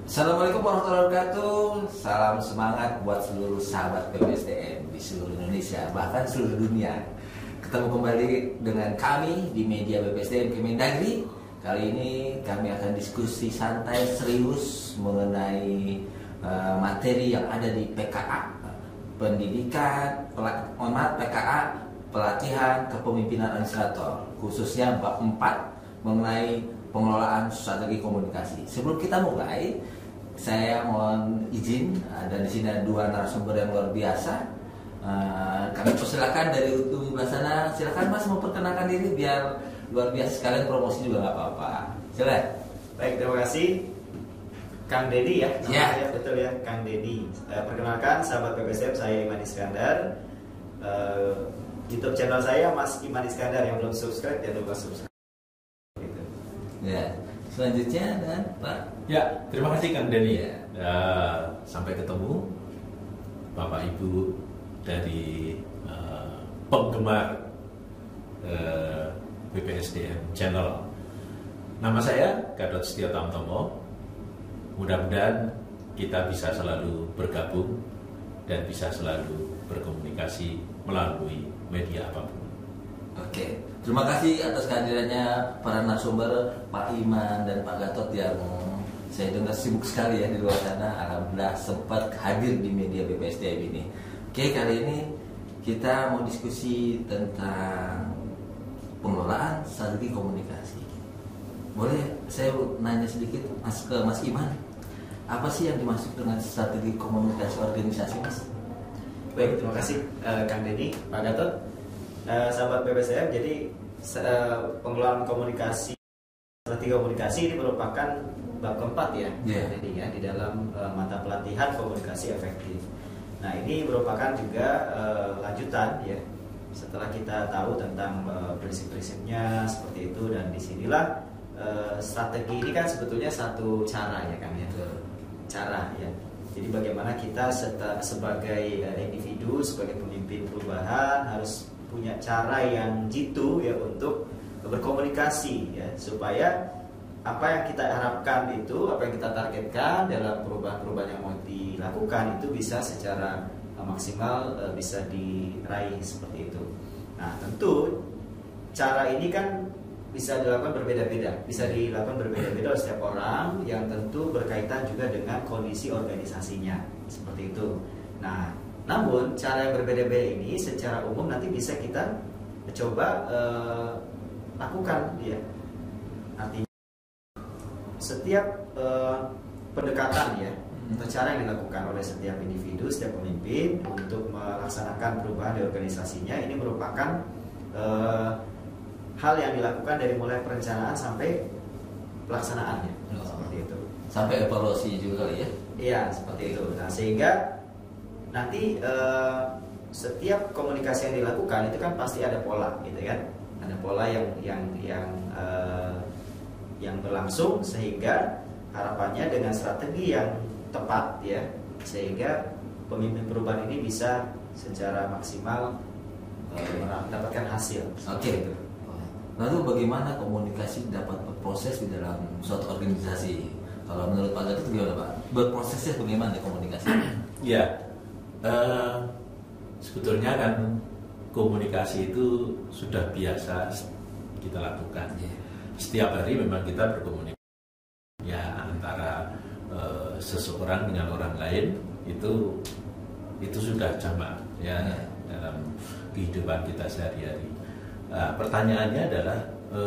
Assalamualaikum warahmatullahi wabarakatuh. Salam semangat buat seluruh sahabat PPSTM di seluruh Indonesia, bahkan seluruh dunia. Ketemu kembali dengan kami di media PPSTM Kemendagri. Kali ini kami akan diskusi santai serius mengenai materi yang ada di PKA, pendidikan, PKA, pelatihan kepemimpinan administrator, khususnya bab 4 mengenai pengelolaan strategi komunikasi. Sebelum kita mulai, saya mohon izin, ada di sini dua narasumber yang luar biasa. Kami persilakan dari Utu Basana. Silakan Mas memperkenalkan diri biar luar biasa, sekalian promosi juga nggak apa-apa. Silakan. Baik, terima kasih. Kang Dedi ya, namanya betul ya, Kang Dedi. Perkenalkan sahabat PPSTM, saya Iman Iskandar. YouTube channel saya Mas Iman Iskandar, yang belum subscribe jangan lupa subscribe. Gitu. Ya, selanjutnya dan Pak. Ya, terima kasih Kang Denny. Sampai ketemu Bapak Ibu dari penggemar PPSTM Channel. Nama saya Gatot Setio Tamtomo. Mudah-mudahan kita bisa selalu bergabung dan bisa selalu berkomunikasi melalui media apapun. Oke, terima kasih atas kehadirannya para narasumber Pak Iman dan Pak Gatot yang saya dengar sibuk sekali ya di luar sana. Alhamdulillah sempat hadir di media PPSTM ini. Oke, kali ini kita mau diskusi tentang pengelolaan strategi komunikasi. Boleh saya nanya sedikit ke Mas Iman, apa sih yang dimaksud dengan strategi komunikasi organisasi, Mas? Baik, terima kasih Kang Denny, Pak Gatot. Sahabat PPSTM, jadi pengelolaan komunikasi, strategi komunikasi ini merupakan bab keempat ya, jadi ya di dalam mata pelatihan komunikasi efektif. Nah, ini merupakan juga lanjutan ya, setelah kita tahu tentang prinsip-prinsipnya seperti itu, dan disinilah strategi ini kan sebetulnya satu cara ya Kang ya, cara ya. Jadi bagaimana kita sebagai individu, sebagai pemimpin perubahan harus punya cara yang jitu ya untuk berkomunikasi ya, supaya apa yang kita harapkan itu, apa yang kita targetkan dalam perubahan-perubahan yang mau dilakukan itu bisa secara maksimal bisa diraih seperti itu. Nah, tentu cara ini kan bisa dilakukan berbeda-beda, bisa dilakukan berbeda-beda oleh setiap orang, yang tentu berkaitan juga dengan kondisi organisasinya seperti itu. Nah, namun cara yang berbeda-beda ini secara umum nanti bisa kita coba lakukan ya. Artinya setiap pendekatan ya atau cara yang dilakukan oleh setiap individu, setiap pemimpin untuk melaksanakan perubahan di organisasinya ini merupakan hal yang dilakukan dari mulai perencanaan sampai pelaksanaannya, seperti itu. Sampai evaluasi juga ya? Iya, seperti itu. Nah, sehingga nanti setiap komunikasi yang dilakukan itu kan pasti ada pola, gitu kan? Ada pola yang berlangsung, sehingga harapannya dengan strategi yang tepat ya, sehingga pemimpin perubahan ini bisa secara maksimal mendapatkan hasil. Oke. Lalu bagaimana komunikasi dapat berproses di dalam suatu organisasi? Kalau menurut Pak Gatot gimana Pak? Berprosesnya bagaimana komunikasi? Ya, sebetulnya kan komunikasi itu sudah biasa kita lakukan. Setiap hari memang kita berkomunikasi ya, antara seseorang dengan orang lain, itu sudah jamak ya dalam kehidupan kita sehari-hari. Pertanyaannya adalah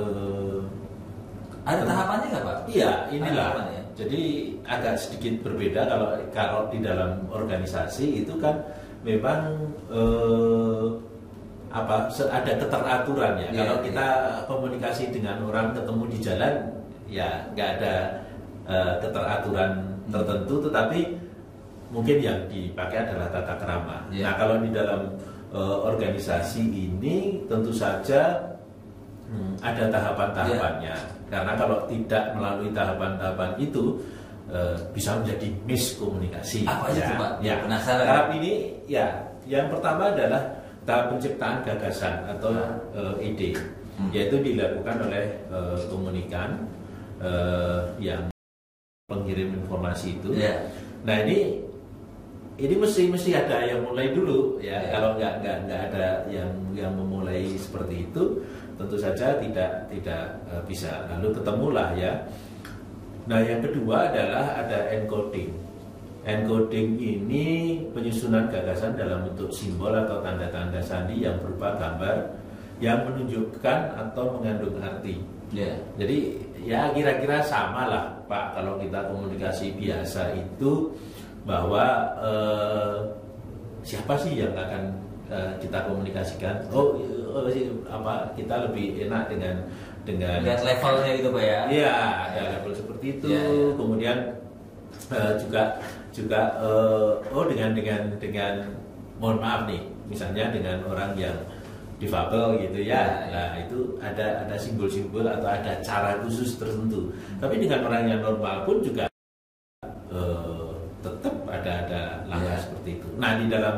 ada tahapannya nggak Pak? Iya, inilah. Jadi agak sedikit berbeda kalau di dalam organisasi itu kan memang ada keteraturan ya. Kalau kita komunikasi dengan orang ketemu di jalan ya nggak ada keteraturan tertentu, tetapi mungkin yang dipakai adalah tata krama. Nah, kalau di dalam organisasi ini tentu saja ada tahapan-tahapannya, karena kalau tidak melalui tahapan-tahapan itu bisa menjadi miskomunikasi. Apa itu Pak? Ya, penasaran. Tahap ini ya, yang pertama adalah tahap penciptaan gagasan atau ide, yaitu dilakukan oleh komunikan yang pengirim informasi itu. Yeah. Nah ini mesti ada yang mulai dulu ya. Kalau nggak ada yang memulai seperti itu, tentu saja tidak bisa. Lalu ketemulah ya. Nah yang kedua adalah ada encoding. Encoding ini penyusunan gagasan dalam bentuk simbol atau tanda-tanda sandi yang berupa gambar yang menunjukkan atau mengandung arti. Jadi ya kira-kira sama lah Pak, kalau kita komunikasi biasa itu bahwa siapa sih yang akan kita komunikasikan? Kita lebih enak dengan lihat levelnya gitu Pak ya. Iya, ada level seperti itu. Kemudian juga dengan mohon maaf nih, misalnya dengan orang yang difabel gitu ya. Nah, itu ada simbol-simbol atau ada cara khusus tertentu. Tapi dengan orang yang normal pun juga tetap ada langkah seperti itu. Nah, di dalam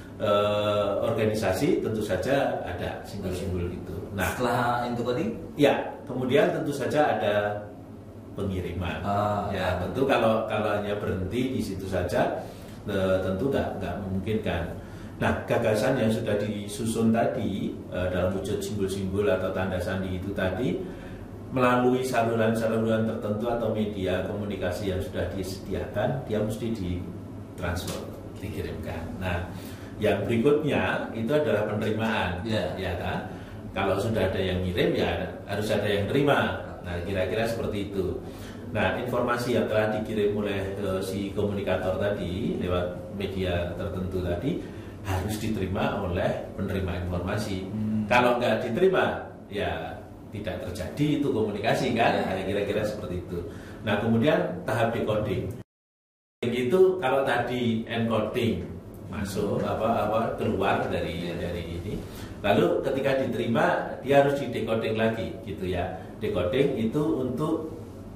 organisasi tentu saja ada simbol-simbol itu. Nah, setelah encoding? Ya, kemudian tentu saja ada pengiriman. Ya, tentu kalau hanya berhenti di situ saja, tentu nggak memungkinkan. Nah, gagasan yang sudah disusun tadi dalam wujud simbol-simbol atau tanda sandi itu tadi melalui saluran-saluran tertentu atau media komunikasi yang sudah disediakan, dia mesti ditransfer, dikirimkan. Nah, yang berikutnya itu adalah penerimaan, ya kan? Kalau sudah ada yang ngirim ya harus ada yang terima. Nah, kira-kira seperti itu. Nah, informasi yang telah dikirim oleh si komunikator tadi lewat media tertentu tadi harus diterima oleh penerima informasi. Kalau nggak diterima, ya tidak terjadi itu komunikasi kan? Ya, kira-kira seperti itu. Nah, kemudian tahap decoding. Itu kalau tadi encoding masuk keluar dari ini. Lalu ketika diterima dia harus di-decoding lagi gitu ya. Decoding itu untuk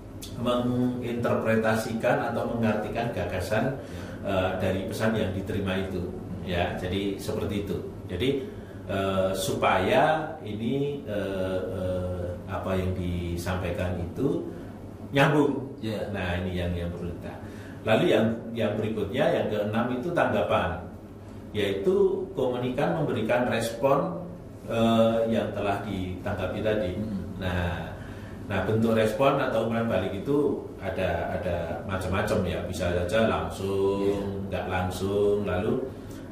menginterpretasikan atau mengartikan gagasan dari pesan yang diterima itu ya. Jadi seperti itu. Jadi supaya ini apa yang disampaikan itu nyambung. Nah, ini yang perlu kita. Lalu yang berikutnya yang keenam itu tanggapan, yaitu komunikan memberikan respon yang telah ditanggapi tadi. Nah, bentuk respon atau umpan balik itu ada macam-macam ya, bisa saja langsung, nggak langsung, lalu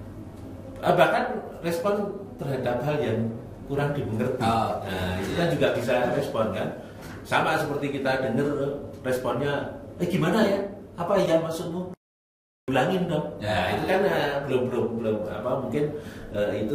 bahkan respon terhadap hal yang kurang dimengerti. Nah, itu kan juga bisa respon kan, sama seperti kita dengar responnya, gimana ya? Apa ya maksudmu? Ulangin dong. Ya, itu kan belum mungkin itu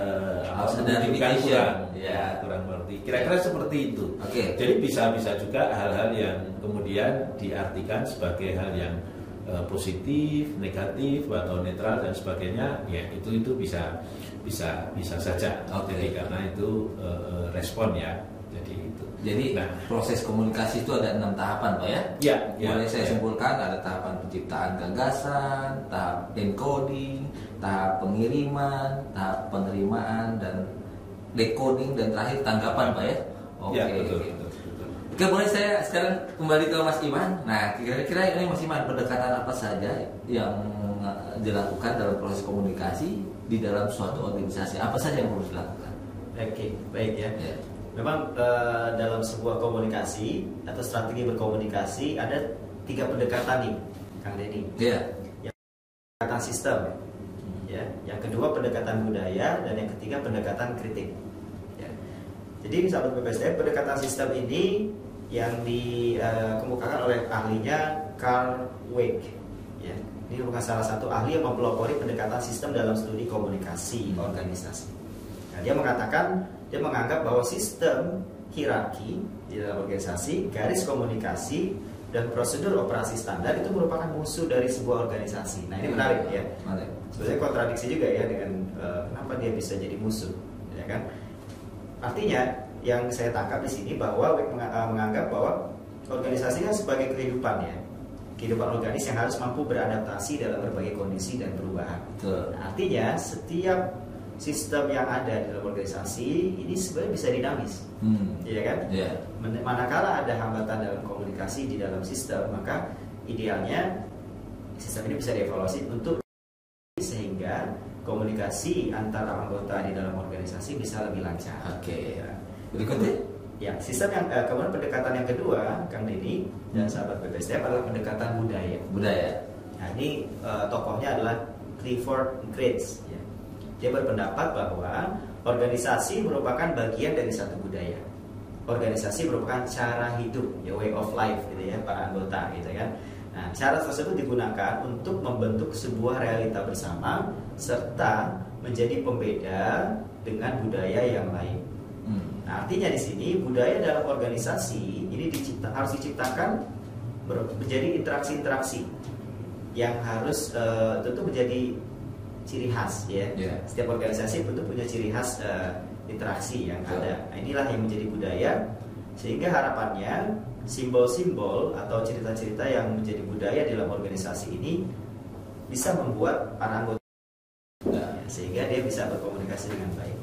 kurang mengerti. Kira-kira seperti itu. Jadi bisa juga hal-hal yang kemudian diartikan sebagai hal yang positif, negatif atau netral dan sebagainya. Ya, itu bisa saja. Jadi karena itu respon ya. Jadi proses komunikasi itu ada 6 tahapan Pak ya? Boleh saya simpulkan ada tahapan penciptaan gagasan, tahap encoding, tahap pengiriman, tahap penerimaan, dan decoding, dan terakhir tanggapan Pak ya? Betul. Oke, boleh saya sekarang kembali ke Mas Iman. Nah, kira-kira ini Mas Iman, pendekatan apa saja yang dilakukan dalam proses komunikasi di dalam suatu organisasi? Apa saja yang perlu dilakukan? Oke, baik ya. Memang dalam sebuah komunikasi atau strategi berkomunikasi ada 3 pendekatan nih, Kang Denny. Yang pendekatan sistem, ya. Yang kedua pendekatan budaya, dan yang ketiga pendekatan kritik. Ya. Jadi sahabat BPSDM, pendekatan sistem ini yang dikemukakan oleh ahlinya Carl Weick. Ya. Ini bukan salah satu ahli yang mempelopori pendekatan sistem dalam studi komunikasi organisasi. Nah, dia menganggap bahwa sistem hierarki di dalam organisasi, garis komunikasi, dan prosedur operasi standar itu merupakan musuh dari sebuah organisasi. Nah, ini menarik ya. Sebenarnya kontradiksi juga ya dengan kenapa dia bisa jadi musuh, ya kan? Artinya yang saya tangkap di sini bahwa menganggap bahwa organisasi kan sebagai kehidupan ya, kehidupan organis yang harus mampu beradaptasi dalam berbagai kondisi dan perubahan. Nah, artinya setiap sistem yang ada di dalam organisasi ini sebenarnya bisa dinamis, ya kan? Manakala ada hambatan dalam komunikasi di dalam sistem, maka idealnya sistem ini bisa dievaluasi untuk sehingga komunikasi antara anggota di dalam organisasi bisa lebih lancar. Oke. Berikutnya, ya sistem yang kemudian pendekatan yang kedua, Kang Denny dan sahabat BPSDM adalah pendekatan budaya. Budaya. Nah ini tokohnya adalah Clifford Geertz. Ya. Dia berpendapat bahwa organisasi merupakan bagian dari satu budaya. Organisasi merupakan cara hidup, ya way of life gitu ya para anggota gitu kan. Nah, cara tersebut digunakan untuk membentuk sebuah realita bersama serta menjadi pembeda dengan budaya yang lain. Nah, artinya di sini budaya dalam organisasi ini harus diciptakan menjadi interaksi-interaksi yang harus tentu menjadi ciri khas ya. Yeah. Setiap organisasi tentu punya ciri khas interaksi yang ada. Nah, inilah yang menjadi budaya sehingga harapannya simbol-simbol atau cerita-cerita yang menjadi budaya dalam organisasi ini bisa membuat para anggota sehingga dia bisa berkomunikasi dengan baik.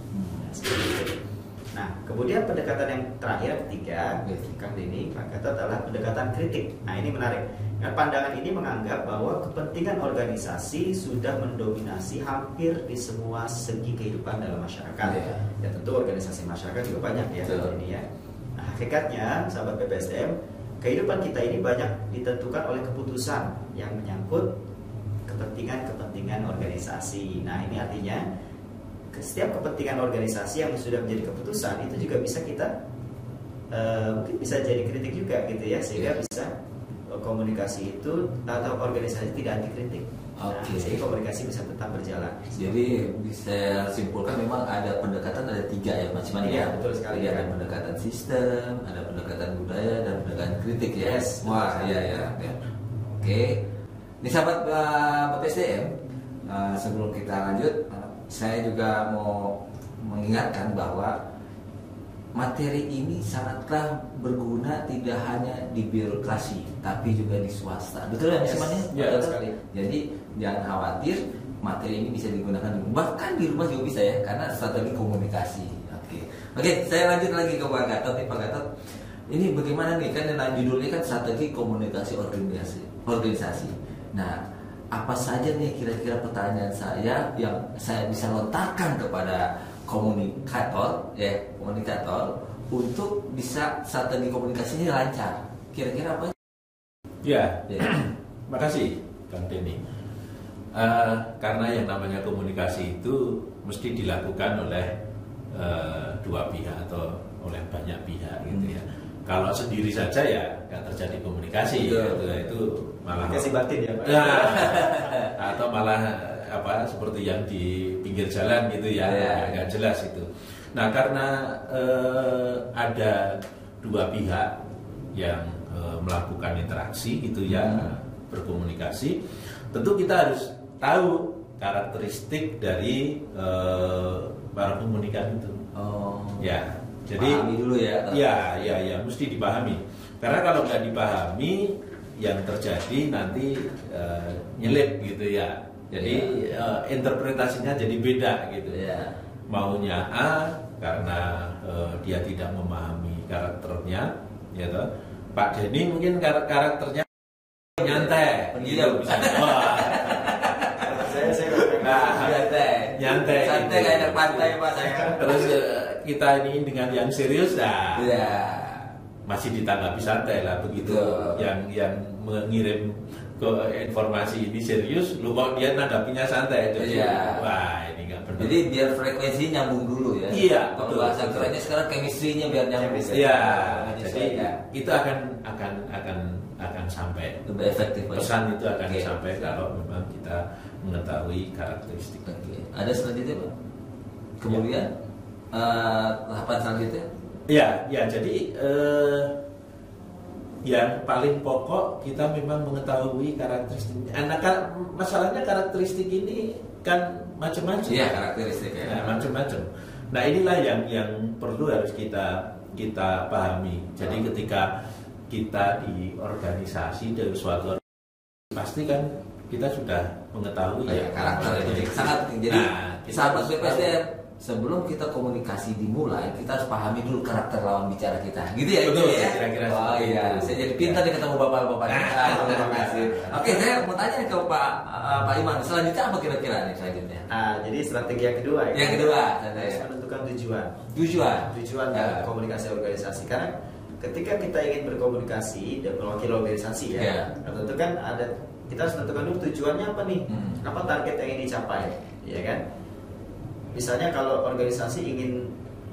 Nah, kemudian pendekatan yang terakhir ketiga, Kang Denny, Pak Gatot, adalah pendekatan kritik. Nah, ini menarik. Nah, pandangan ini menganggap bahwa kepentingan organisasi sudah mendominasi hampir di semua segi kehidupan dalam masyarakat. Ya tentu organisasi masyarakat juga banyak ya ini ya. Nah, hakikatnya, sahabat BPSDM, kehidupan kita ini banyak ditentukan oleh keputusan yang menyangkut kepentingan organisasi. Nah, ini artinya setiap kepentingan organisasi yang sudah menjadi keputusan itu juga bisa kita mungkin bisa jadi kritik juga gitu ya, sehingga bisa komunikasi itu atau organisasi tidak anti kritik. Nah, sehingga komunikasi bisa tetap berjalan. Jadi bisa simpulkan memang ada pendekatan, ada 3 ya Mas Mani ya. Betul sekali. Ada pendekatan sistem, ada pendekatan budaya, dan pendekatan kritik ya. Yes, wah iya. Oke. Ini sahabat BPSDM, sebelum kita lanjut, saya juga mau mengingatkan bahwa materi ini sangatlah berguna tidak hanya di birokrasi tapi juga di swasta. Betul ya Mas Mani? Ya, sekali. Jadi jangan khawatir, materi ini bisa digunakan bahkan di rumah juga bisa ya, karena strategi komunikasi. Oke, saya lanjut lagi ke Pak Gatot nih. Pak Gatot, ini bagaimana nih, kan judulnya kan strategi komunikasi organisasi. Nah, apa saja nih kira-kira pertanyaan saya yang saya bisa lontarkan kepada komunikator untuk bisa strategi komunikasinya lancar? Kira-kira apa? Ya. Makasih Kang Denny. Karena yang namanya komunikasi itu mesti dilakukan oleh dua pihak atau oleh banyak pihak gitu ya. Kalau sendiri saja ya nggak terjadi komunikasi, itu malah komunikasi batin ya Pak. Atau malah seperti yang di pinggir jalan gitu ya, nggak jelas itu. Nah, karena ada dua pihak yang melakukan interaksi gitu ya, berkomunikasi, tentu kita harus tahu karakteristik dari para komunikan itu. Ya, jadi pahami dulu ya. Ya, mesti dipahami. Karena kalau nggak dipahami, yang terjadi nanti nyelip gitu ya. Jadi interpretasinya jadi beda gitu. Maunya A karena dia tidak memahami karakternya, ya toh. Pak Denny mungkin karakternya nyantai, gitu bisa. Nyantai, santai gitu. kayak pantai Pak saya. Terus kita ini dengan yang serius masih ditanggapi santai lah begitu. Yang mengirim ke informasi ini serius, lu kok dia nanggapinya santai. Jadi wah ini nggak benar. Jadi biar frekuensi nyambung dulu ya. Iya. Kalau bahasa kerennya sekarang chemistry-nya biar nyambung. Iya. Jadi itu akan sampai. Lebih efektif. Pesan itu akan sampai kalau memang kita mengetahui karakteristik. Ada selanjutnya Pak? Kemudian tahapan selanjutnya? Ya. Jadi yang paling pokok kita memang mengetahui karakteristik. Masalahnya karakteristik ini kan macam-macam. Iya, karakteristik ya. Macam-macam. Nah, inilah yang perlu harus kita pahami. Jadi ketika kita di organisasi dari suatu organisasi, pasti kan kita sudah mengetahui karakter itu sangat penting. Jadi sahabat BPSDM sebelum kita komunikasi dimulai, kita harus pahami dulu karakter lawan bicara kita. Gitu ya? Betul, ya? kira-kira Oh seperti iya, itu. saya jadi pintar nih ketemu bapak-bapak kita. Terima kasih. Oke, saya mau tanya ke Pak Iman, selanjutnya apa kira-kira nih selanjutnya? Nah, jadi strategi yang kedua ya. Yang kedua, harus menentukan tujuan. Tujuan Dari komunikasi organisasi. Karena ketika kita ingin berkomunikasi dan mewakili organisasi ya, tentu kan kita harus tentukan dulu tujuannya apa nih, apa target yang ingin dicapai, ya kan? Misalnya kalau organisasi ingin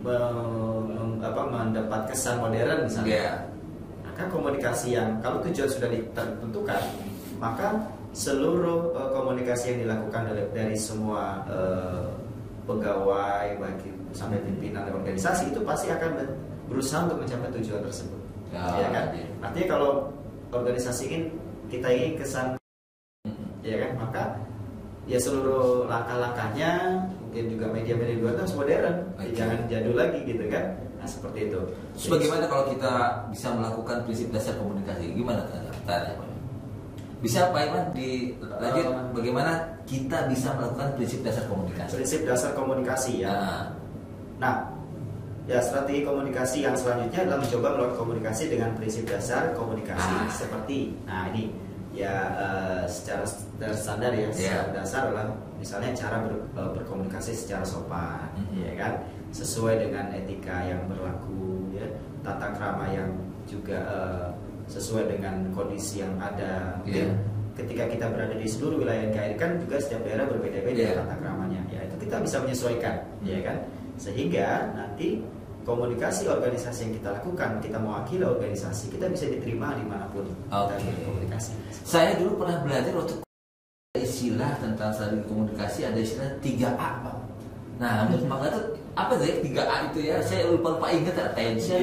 mendapat kesan modern misalnya, maka komunikasi yang kalau tujuan sudah ditentukan, maka seluruh komunikasi yang dilakukan dari semua pegawai bagi sampai pimpinan organisasi itu pasti akan berusaha untuk mencapai tujuan tersebut, ya kan? Artinya kalau organisasi kita ingin kesan, ya kan, maka ya seluruh langkah-langkahnya mungkin juga media-media luar itu harus modern, jangan jadul lagi gitu kan. Nah seperti itu. Terus bagaimana kalau kita bisa melakukan prinsip dasar komunikasi? Gimana tanya Pak? Bisa Pak Iman dilanjut bagaimana kita bisa melakukan prinsip dasar komunikasi? Prinsip dasar komunikasi ya. Nah, ya strategi komunikasi yang selanjutnya adalah mencoba melakukan komunikasi dengan prinsip dasar komunikasi seperti, nah ini ya secara standar ya, secara dasar adalah misalnya cara berkomunikasi secara sopan, ya kan, sesuai dengan etika yang berlaku, ya, tata krama yang juga sesuai dengan kondisi yang ada. Ketika kita berada di seluruh wilayah NKRI kan juga setiap daerah berbeda-beda tata kramanya, ya itu kita bisa menyesuaikan, ya kan, sehingga nanti komunikasi organisasi yang kita lakukan, kita mewakili organisasi, kita bisa diterima dimanapun kita berkomunikasi. Saya dulu pernah belajar waktu istilah tentang strategi komunikasi, ada istilah 3A Pak. Nah menurut Pak Gatot apa sih 3A itu ya? Saya lupa ingat attention.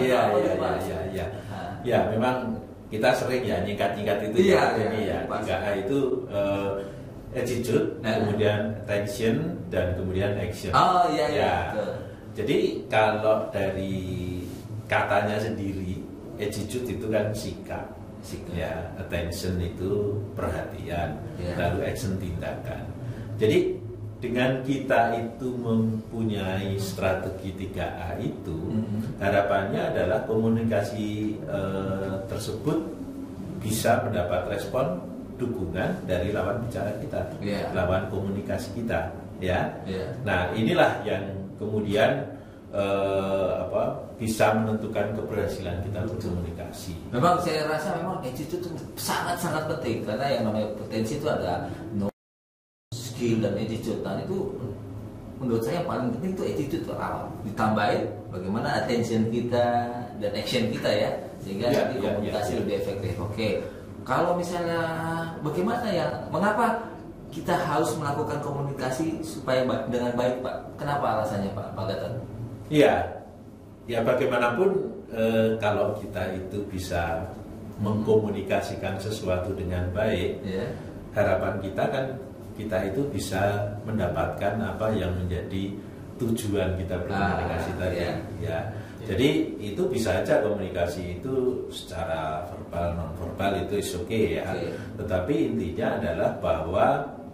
Ya memang kita sering ya nyingkat-nyingkat itu ya. 3A itu attitude, kemudian attention, dan kemudian action. Oh iya. Jadi kalau dari katanya sendiri, attitude itu kan sikap. Ya, attention itu perhatian, lalu action tindakan. Jadi dengan kita itu mempunyai strategi 3A itu, harapannya adalah komunikasi tersebut bisa mendapat respon dukungan dari lawan bicara kita, lawan komunikasi kita, ya. Nah inilah yang kemudian bisa menentukan keberhasilan kita berkomunikasi. Memang saya rasa memang attitude itu sangat-sangat penting, karena yang namanya potensi itu ada skill dan attitude. Dan itu menurut saya yang paling penting itu attitude awal. Ditambahin bagaimana attention kita dan action kita ya, sehingga nanti komunikasi lebih efektif. Oke. Kalau misalnya bagaimana ya, mengapa kita harus melakukan komunikasi supaya dengan baik Pak? Kenapa alasannya Pak Gatot? Iya, ya bagaimanapun kalau kita itu bisa mengkomunikasikan sesuatu dengan baik, harapan kita kan kita itu bisa mendapatkan apa yang menjadi tujuan kita berkomunikasi tadi. Jadi itu bisa aja komunikasi itu secara verbal non verbal itu is okay ya. Tetapi intinya adalah bahwa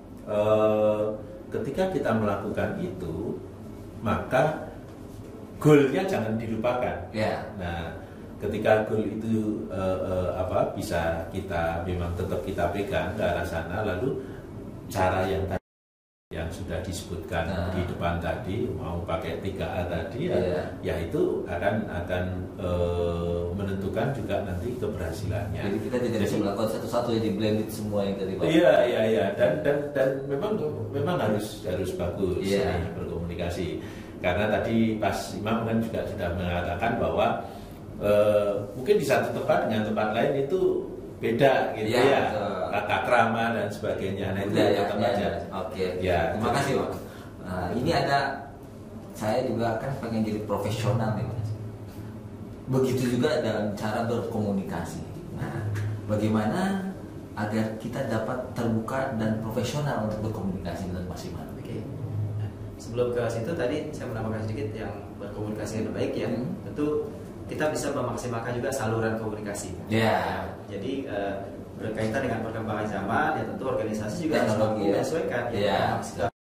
ketika kita melakukan itu, maka goalnya jangan dilupakan. Nah, ketika goal itu bisa kita memang tetap kita pegang ke arah sana, lalu cara yang sudah disebutkan di depan tadi, mau pakai 3A tadi, ya itu akan menentukan juga nanti keberhasilannya. Jadi kita tidak bisa melakukan satu-satu yang di blended semua yang tadi Pak. Iya, dan memang harus bagus berkomunikasi. Karena tadi Mas Imam kan juga sudah mengatakan bahwa mungkin di satu tempat dengan tempat lain itu beda gitu tata krama dan sebagainya. Nah itu tetap aja. Oke. Terima kasih Pak. Nah, ini saya juga kan pengen jadi profesional nih Mas. Begitu juga dalam cara berkomunikasi. Nah, bagaimana agar kita dapat terbuka dan profesional untuk berkomunikasi dengan Mas Iman? Sebelum ke situ tadi saya menambahkan sedikit yang berkomunikasi dengan baik ya. Tentu kita bisa memaksimalkan juga saluran komunikasi. Jadi berkaitan dengan perkembangan zaman ya tentu organisasi juga harus menyesuaikan.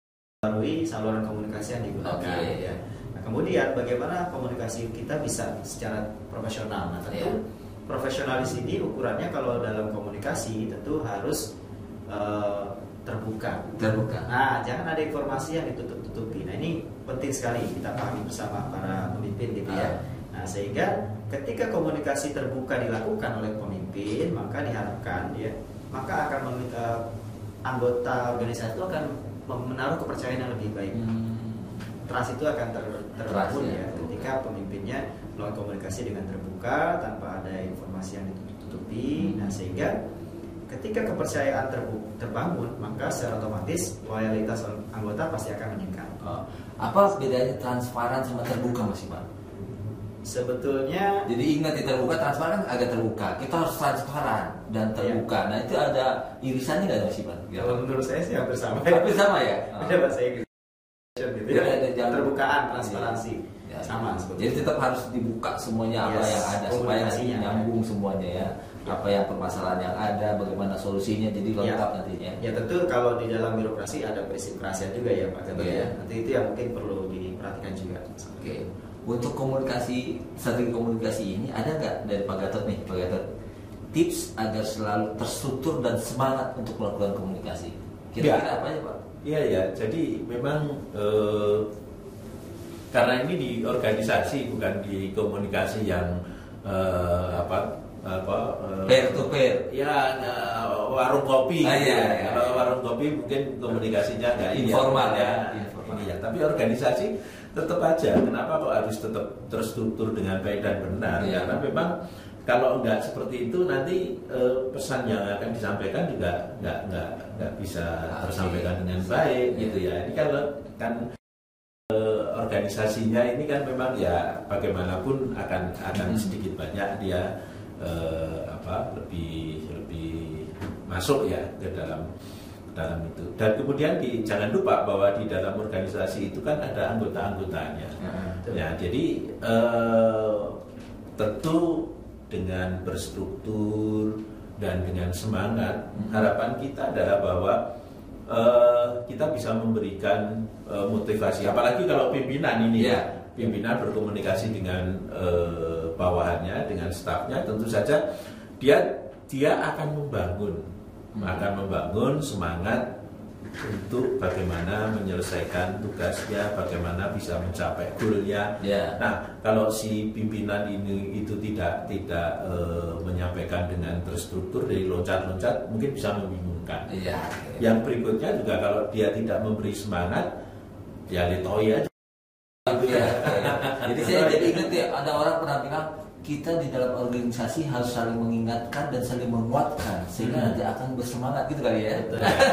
melalui saluran komunikasi yang digunakan. Ya. Nah, kemudian bagaimana komunikasi kita bisa secara profesional? Nah, tentu profesional di sini ukurannya kalau dalam komunikasi tentu harus terbuka. Nah, jangan ada informasi yang ditutup-tutupi. Nah, ini penting sekali kita pahami bersama para pemimpin gitu ya. Nah, sehingga ketika komunikasi terbuka dilakukan oleh pemimpin, maka diharapkan ya, maka akan anggota organisasi itu akan menaruh kepercayaan yang lebih baik. Trust itu akan terbangun ya ketika pemimpinnya melakukan komunikasi dengan terbuka tanpa ada informasi yang ditutup-tutupi. Nah, sehingga ketika kepercayaan terbangun, maka secara otomatis loyalitas anggota pasti akan meningkat. Apa bedanya transparan sama terbuka, Mas Iman? Sebetulnya, jadi ingat ya, terbuka, transparan kan agak terbuka. Kita harus transparan dan terbuka. Nah, itu ada irisannya nggak, Mas Iman? Kalau menurut saya sih hampir sama. Hampir sama ya. Ada bahasa Inggris. Gitu ya. Terbukaan, transparansi. Ya, sama sebetulnya. Jadi tetap harus dibuka semuanya apa yang ada supaya nanti nyambung semuanya ya. Apa yang permasalahan yang ada, bagaimana solusinya, jadi lengkap nantinya. Ya tentu kalau di dalam birokrasi ada prinsip kerahasiaan juga ya Pak Gatot ya. Nanti itu yang mungkin perlu diperhatikan juga. Oke. Untuk komunikasi, strategi komunikasi ini ada nggak dari Pak Gatot nih, Pak Gatot, tips agar selalu terstruktur dan semangat untuk melakukan komunikasi? Kira-kira apa aja Pak? Iya ya, jadi memang karena ini di organisasi bukan di komunikasi yang peer to peer. Ya, warung kopi. Iya. Kalau warung kopi mungkin komunikasinya nggak informal ya. Ini ya, tapi organisasi tetap aja. Kenapa kok harus tetap terstruktur dengan baik dan benar? Iya. Karena memang kalau nggak seperti itu nanti pesan yang akan disampaikan juga nggak bisa tersampaikan dengan baik gitu ya. Ini kalau kan organisasinya ini kan memang ya bagaimanapun akan sedikit banyak dia lebih masuk ya ke dalam itu. Dan kemudian jangan lupa bahwa di dalam organisasi itu kan ada anggota-anggotanya. Ya, jadi tentu dengan berstruktur dan dengan semangat, harapan kita adalah bahwa kita bisa memberikan motivasi. Apalagi kalau pimpinan ini pimpinan berkomunikasi dengan bawahannya, dengan stafnya, tentu saja dia akan membangun semangat untuk bagaimana menyelesaikan tugasnya, bagaimana bisa mencapai goalnya. Nah, kalau si pimpinan itu tidak menyampaikan dengan terstruktur, dari loncat-loncat, mungkin bisa membingungkan. Yang berikutnya juga kalau dia tidak memberi semangat, ya letoi aja. Jadi saya jadi ingat ya, ada orang pernah bilang kita di dalam organisasi harus saling mengingatkan dan saling menguatkan sehingga nanti akan bersemangat gitu kali ya.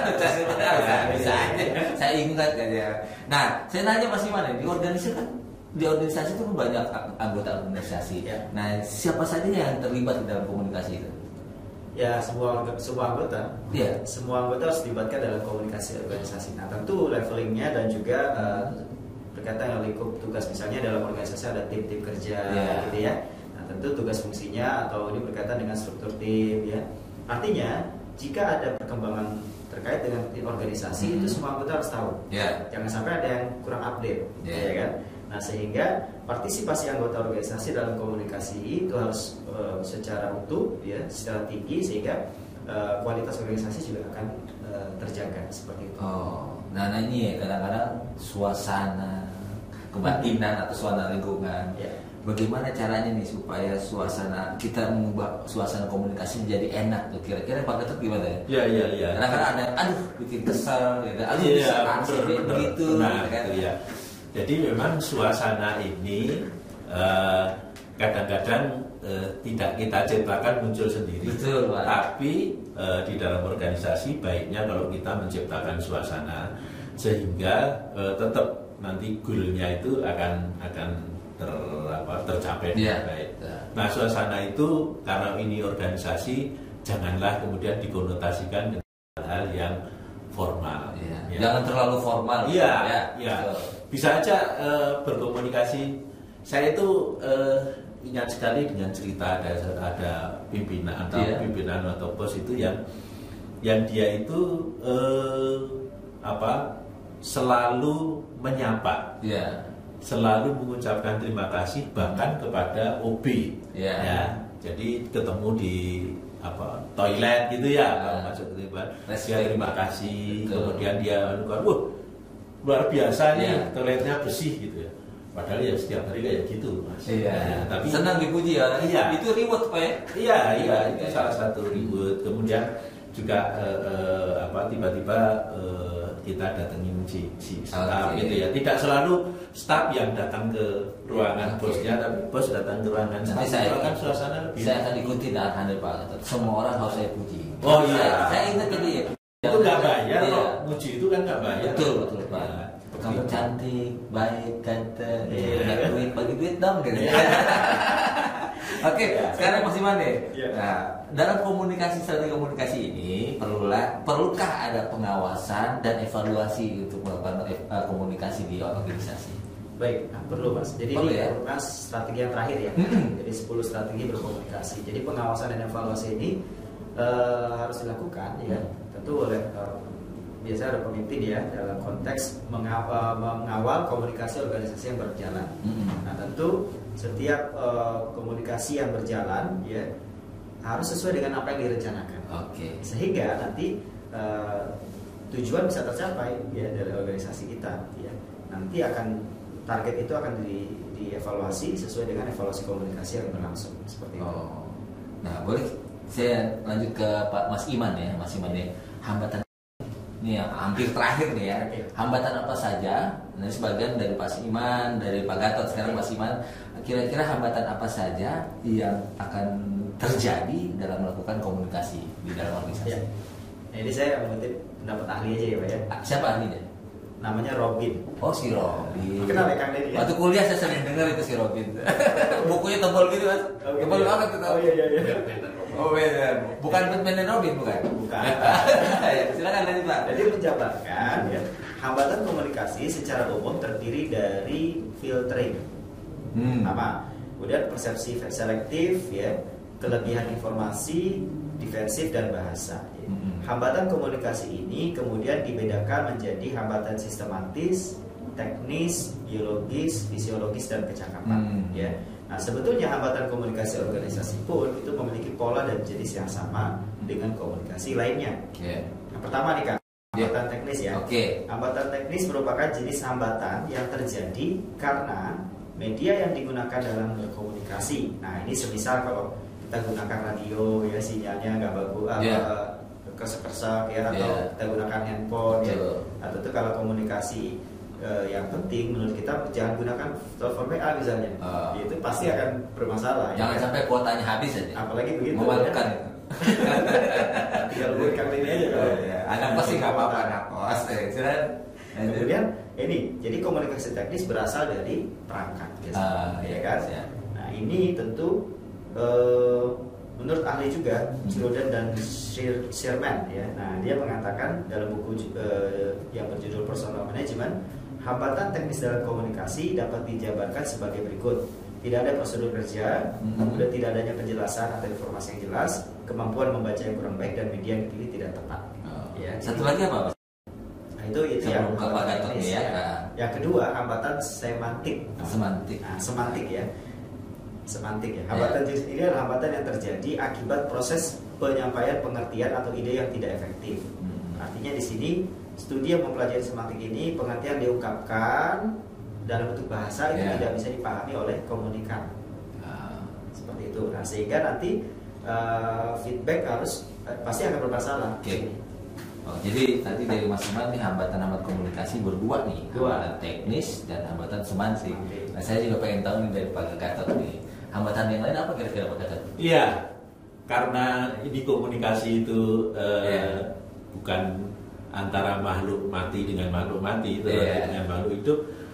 Saya ingat kan ya. Nah, saya nanya Mas Iman, di organisasi itu banyak anggota organisasi. Nah, siapa saja yang terlibat di dalam komunikasi itu? Ya, semua anggota. Semua anggota harus dilibatkan dalam komunikasi organisasi. Nah, tentu levelingnya dan juga berkaitan dengan lingkup tugas, misalnya dalam organisasi ada tim-tim kerja gitu ya. Nah, tentu tugas fungsinya atau ini berkaitan dengan struktur tim ya. Artinya jika ada perkembangan terkait dengan organisasi itu semua anggota harus tahu. Jangan sampai ada yang kurang update, ya kan? Nah, sehingga partisipasi anggota organisasi dalam komunikasi itu harus secara utuh ya, secara tinggi sehingga kualitas organisasi juga akan terjaga seperti itu. Nah ini ya kadang-kadang suasana kebatinan atau suasana lingkungan. Bagaimana caranya nih supaya kita mengubah suasana komunikasi menjadi enak tuh? Kira-kira Pak Gatot gimana ya? Iya. Kadang-kadang ada bikin kesel, gitu. Bisa kasih begitu. Jadi memang suasana ini kadang-kadang tidak kita ciptakan muncul sendiri. Betul, Pak. Tapi di dalam organisasi baiknya kalau kita menciptakan suasana sehingga tetap nanti goalnya itu akan tercapai dengan baik. Nah, suasana itu karena ini organisasi janganlah kemudian dikonotasikan dengan hal yang formal. Jangan terlalu formal. Bisa aja berkomunikasi. Saya itu ingat sekali dengan cerita ada pimpinan atau bos itu yang dia itu selalu menyapa, selalu mengucapkan terima kasih bahkan kepada OB. Ya, jadi ketemu di toilet gitu ya, kalau masuk ke toilet, dia terima kasih. Kemudian dia wah luar biasa nih, toiletnya bersih gitu ya. Padahal ya setiap hari kayak gitu, Mas. Tapi senang dipuji ya. Itu reward, Pak. Itu salah satu reward. Kemudian juga tiba-tiba kita datengin si staff gitu ya. Tidak selalu staff yang datang ke ruangan bosnya, tapi bos datang ke ruangan staff. Saya akan suasana lebih. Saya akan ikuti arahan dari Pak Gatot. Semua orang harus saya puji. Oh iya. Saya ingat tadi ya. Itu nggak bayar loh. Muji itu kan nggak bayar. Betul Pak. Kamu cantik, baik, ganteng, punya duit, bagi duit dong gitu. Oke, sekarang Mas Iman deh. Nah, dalam strategi komunikasi ini perlukah ada pengawasan dan evaluasi untuk melakukan komunikasi di organisasi? Baik, perlu Mas. Jadi ini merupakan strategi yang terakhir ya. Jadi 10 strategi berkomunikasi. Jadi pengawasan dan evaluasi ini harus dilakukan ya. Tentu oleh biasa ada pemimpin ya dalam konteks mengawal komunikasi organisasi yang berjalan. Nah tentu setiap komunikasi yang berjalan ya harus sesuai dengan apa yang direncanakan. Sehingga nanti tujuan bisa tercapai ya dari organisasi kita ya. Nanti target itu akan dievaluasi sesuai dengan evaluasi komunikasi yang berlangsung seperti itu. Nah boleh saya lanjut ke Pak Mas Iman ya, Mas Iman ya. Hambatan ini yang hampir terakhir nih ya. Hambatan apa saja? Ini sebagian dari Pak Iman, dari Pak Gatot, sekarang Mas Iman. Kira-kira hambatan apa saja yang akan terjadi dalam melakukan komunikasi di dalam organisasi? Nah, ini saya mengutip pendapat ahli aja ya Pak ya. Siapa ahlinya? Namanya Robin. Oh si Robin. Kenal ya Kang Deddy? Waktu kuliah saya sering dengar itu si Robin. Bukunya tebal gitu Mas. Tebal banget itu. Oh iya. Oh benar. Bukan Batman dan Robin bukan? Bukan. Silakan lanjut Pak. Jadi menjabarkan ya, hambatan komunikasi secara umum terdiri dari filtering. Kemudian persepsi selektif ya, kelebihan informasi, defensif dan bahasa. Hambatan komunikasi ini kemudian dibedakan menjadi hambatan sistematis, teknis, biologis, fisiologis dan kecakapan. Ya. Nah sebetulnya hambatan komunikasi organisasi pun itu memiliki pola dan jenis yang sama dengan komunikasi lainnya. Yang pertama nih Kak, hambatan teknis ya. Hambatan teknis merupakan jenis hambatan yang terjadi karena media yang digunakan dalam berkomunikasi. Nah ini semisal kalau kita gunakan radio ya sinyalnya nggak bagus, kesek-kesek ya, atau kita gunakan handphone ya, atau itu kalau komunikasi yang penting menurut kita jangan gunakan telepon WA misalnya, itu pasti akan bermasalah. Jangan sampai kuotanya habis aja. Apalagi begitu. Memalukan. Tinggal buat kali ini aja. Anak pasti nggak apa-apa, anak kos. Kemudian ini, jadi komunikasi teknis berasal dari perangkat, ya kan? Nah ini tentu menurut ahli juga Jordan dan Sherman ya. Nah dia mengatakan dalam buku yang berjudul Personal Management, hambatan teknis dalam komunikasi dapat dijabarkan sebagai berikut: tidak ada prosedur kerja, kemudian tidak adanya penjelasan atau informasi yang jelas, kemampuan membaca yang kurang baik, dan media yang dipilih tidak tepat. Ya, satu lagi apa? Nah, itu yang teknis ya. Yang kedua hambatan semantik. Semantik ya. Hambatan jenis ini adalah hambatan yang terjadi akibat proses penyampaian pengertian atau ide yang tidak efektif. Artinya di sini studi yang mempelajari semantik ini, pengertian diungkapkan dalam bentuk bahasa itu tidak bisa dipahami oleh komunikan. Seperti itu. Nah, sehingga nanti feedback pasti akan bermasalah. Jadi tadi dari Mas Iman nih hambatan komunikasi berdua nih, hambatan teknis dan hambatan semantik. Nah, saya juga pengen tahu nih dari Pak Gatot nih, hambatan yang lain apa kira-kira Pak Gatot? Iya, karena ini komunikasi itu bukan antara makhluk mati dengan makhluk mati, dengan makhluk hidup.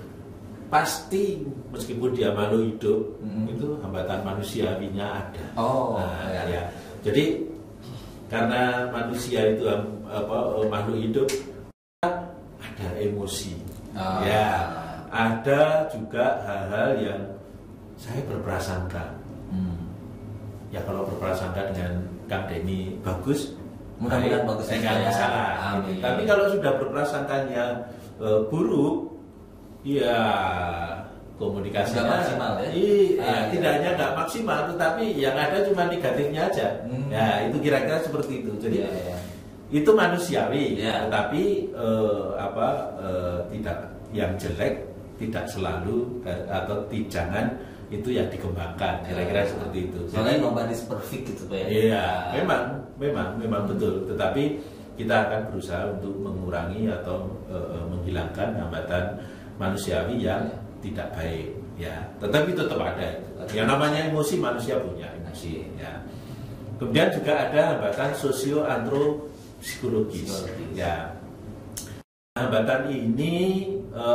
Pasti meskipun dia makhluk hidup, itu hambatan manusiawinya ada. Jadi karena manusia itu makhluk hidup, ada emosi, ada juga hal-hal yang saya berprasangka. Ya kalau berprasangka dengan Kang Denny bagus, Mudah-mudahan baik, bagus nggak ya. masalah. Amin. Tapi kalau sudah berprasangkanya buruk, ya komunikasinya nggak maksimal ya? Iya, tidak hanya nggak maksimal, tetapi yang ada cuma negatifnya aja. Ya itu kira-kira seperti itu. Jadi itu manusiawi, tetapi tidak yang jelek tidak selalu atau jangan itu yang dikembangkan, kira-kira seperti itu. Soalnya nobody's perfect gitu Pak ya. Iya, memang betul. Tetapi kita akan berusaha untuk mengurangi atau menghilangkan hambatan manusiawi yang tidak baik. Ya, tetapi tetap ada. Yang namanya emosi, manusia punya emosi. Ya. Kemudian juga ada hambatan sosio-antropsikologis. Ya, hambatan ini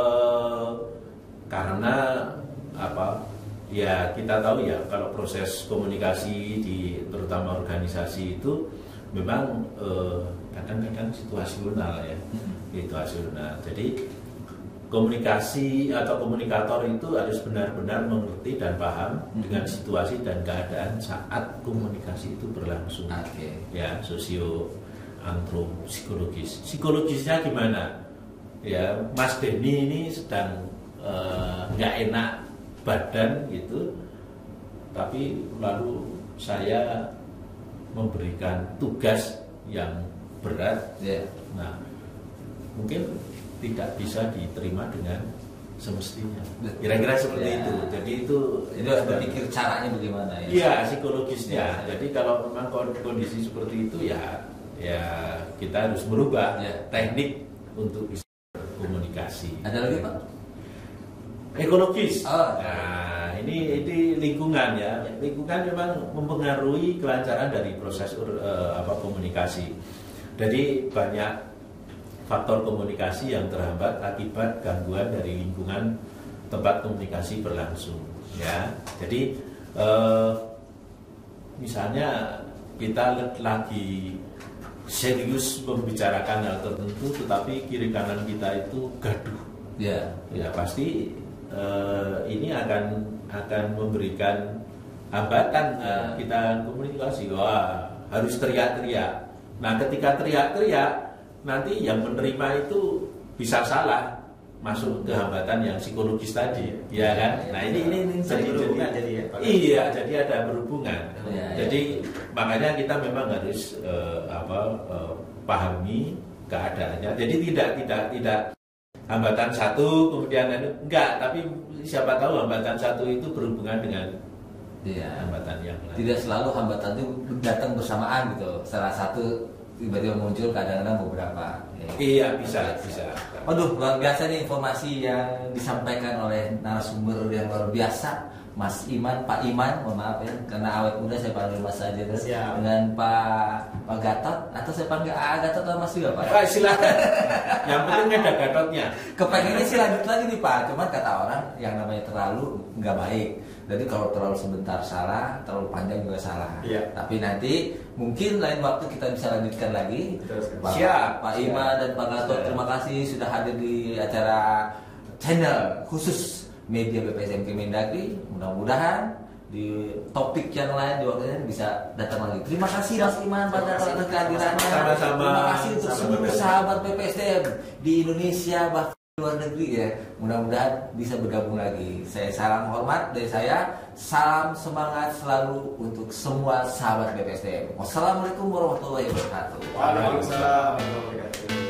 karena apa? Ya kita tahu ya kalau proses komunikasi terutama organisasi itu memang kadang-kadang situasional ya, situasional. Jadi komunikasi atau komunikator itu harus benar-benar mengerti dan paham dengan situasi dan keadaan saat komunikasi itu berlangsung. Ya, sosio antropsikologis. Psikologisnya gimana? Ya, Mas Denny ini sedang nggak enak badan gitu, tapi lalu saya memberikan tugas yang berat. Nah, mungkin tidak bisa diterima dengan semestinya. Kira-kira seperti itu. Jadi itu harus berpikir caranya bagaimana ya? Iya, psikologisnya. Jadi kalau memang kondisi seperti itu ya kita harus merubah teknik untuk bisa berkomunikasi. Ada lagi Pak? Ekologis. Nah, ini lingkungan ya. Lingkungan memang mempengaruhi kelancaran dari proses komunikasi. Jadi banyak faktor komunikasi yang terhambat akibat gangguan dari lingkungan tempat komunikasi berlangsung. Ya, jadi misalnya kita lagi serius membicarakan hal tertentu, tetapi kiri kanan kita itu gaduh. Ya pasti ini akan memberikan hambatan kita komunikasi. Wah, harus teriak-teriak. Nah, ketika teriak-teriak nanti yang menerima itu bisa salah masuk ke hambatan yang psikologis tadi, ya kan? Nah ini jadi ada berhubungan. Jadi makanya kita memang harus pahami keadaannya. Jadi tidak hambatan satu kemudian enggak, tapi siapa tahu hambatan satu itu berhubungan dengan hambatan yang lain. Tidak selalu hambatan itu datang bersamaan gitu. Salah satu tiba-tiba muncul, kadang-kadang beberapa. Iya, bisa. Aduh, luar biasa nih informasi yang disampaikan oleh narasumber yang luar biasa, Mas Iman, Pak Iman, mohon maaf ya, karena awet muda saya panggil Mas aja terus. Dengan Pak Gatot, atau saya panggil Gatot atau Mas juga Pak? Pak, silakan. Yang penting ada Gatotnya. Kepengennya sih lanjut lagi nih Pak, cuman kata orang yang namanya terlalu nggak baik. Jadi kalau terlalu sebentar salah, terlalu panjang juga salah. Tapi nanti mungkin lain waktu kita bisa lanjutkan lagi. Pak Iman dan Pak Gatot, terima kasih sudah hadir di acara channel khusus media BPSM Kemendagri. Mudah-mudahan di topik yang lain di waktu ini bisa datang lagi. Terima kasih Mas Iman, Pak Gatot atas kehadirannya. Sama-sama. Terima kasih untuk seluruh sahabat BPSM di Indonesia bahkan luar negeri ya, mudah-mudahan bisa bergabung lagi. Saya salam hormat dari saya, salam semangat selalu untuk semua sahabat BPSDM. Wassalamualaikum warahmatullahi wabarakatuh. Waalaikumsalam warahmatullahi wabarakatuh.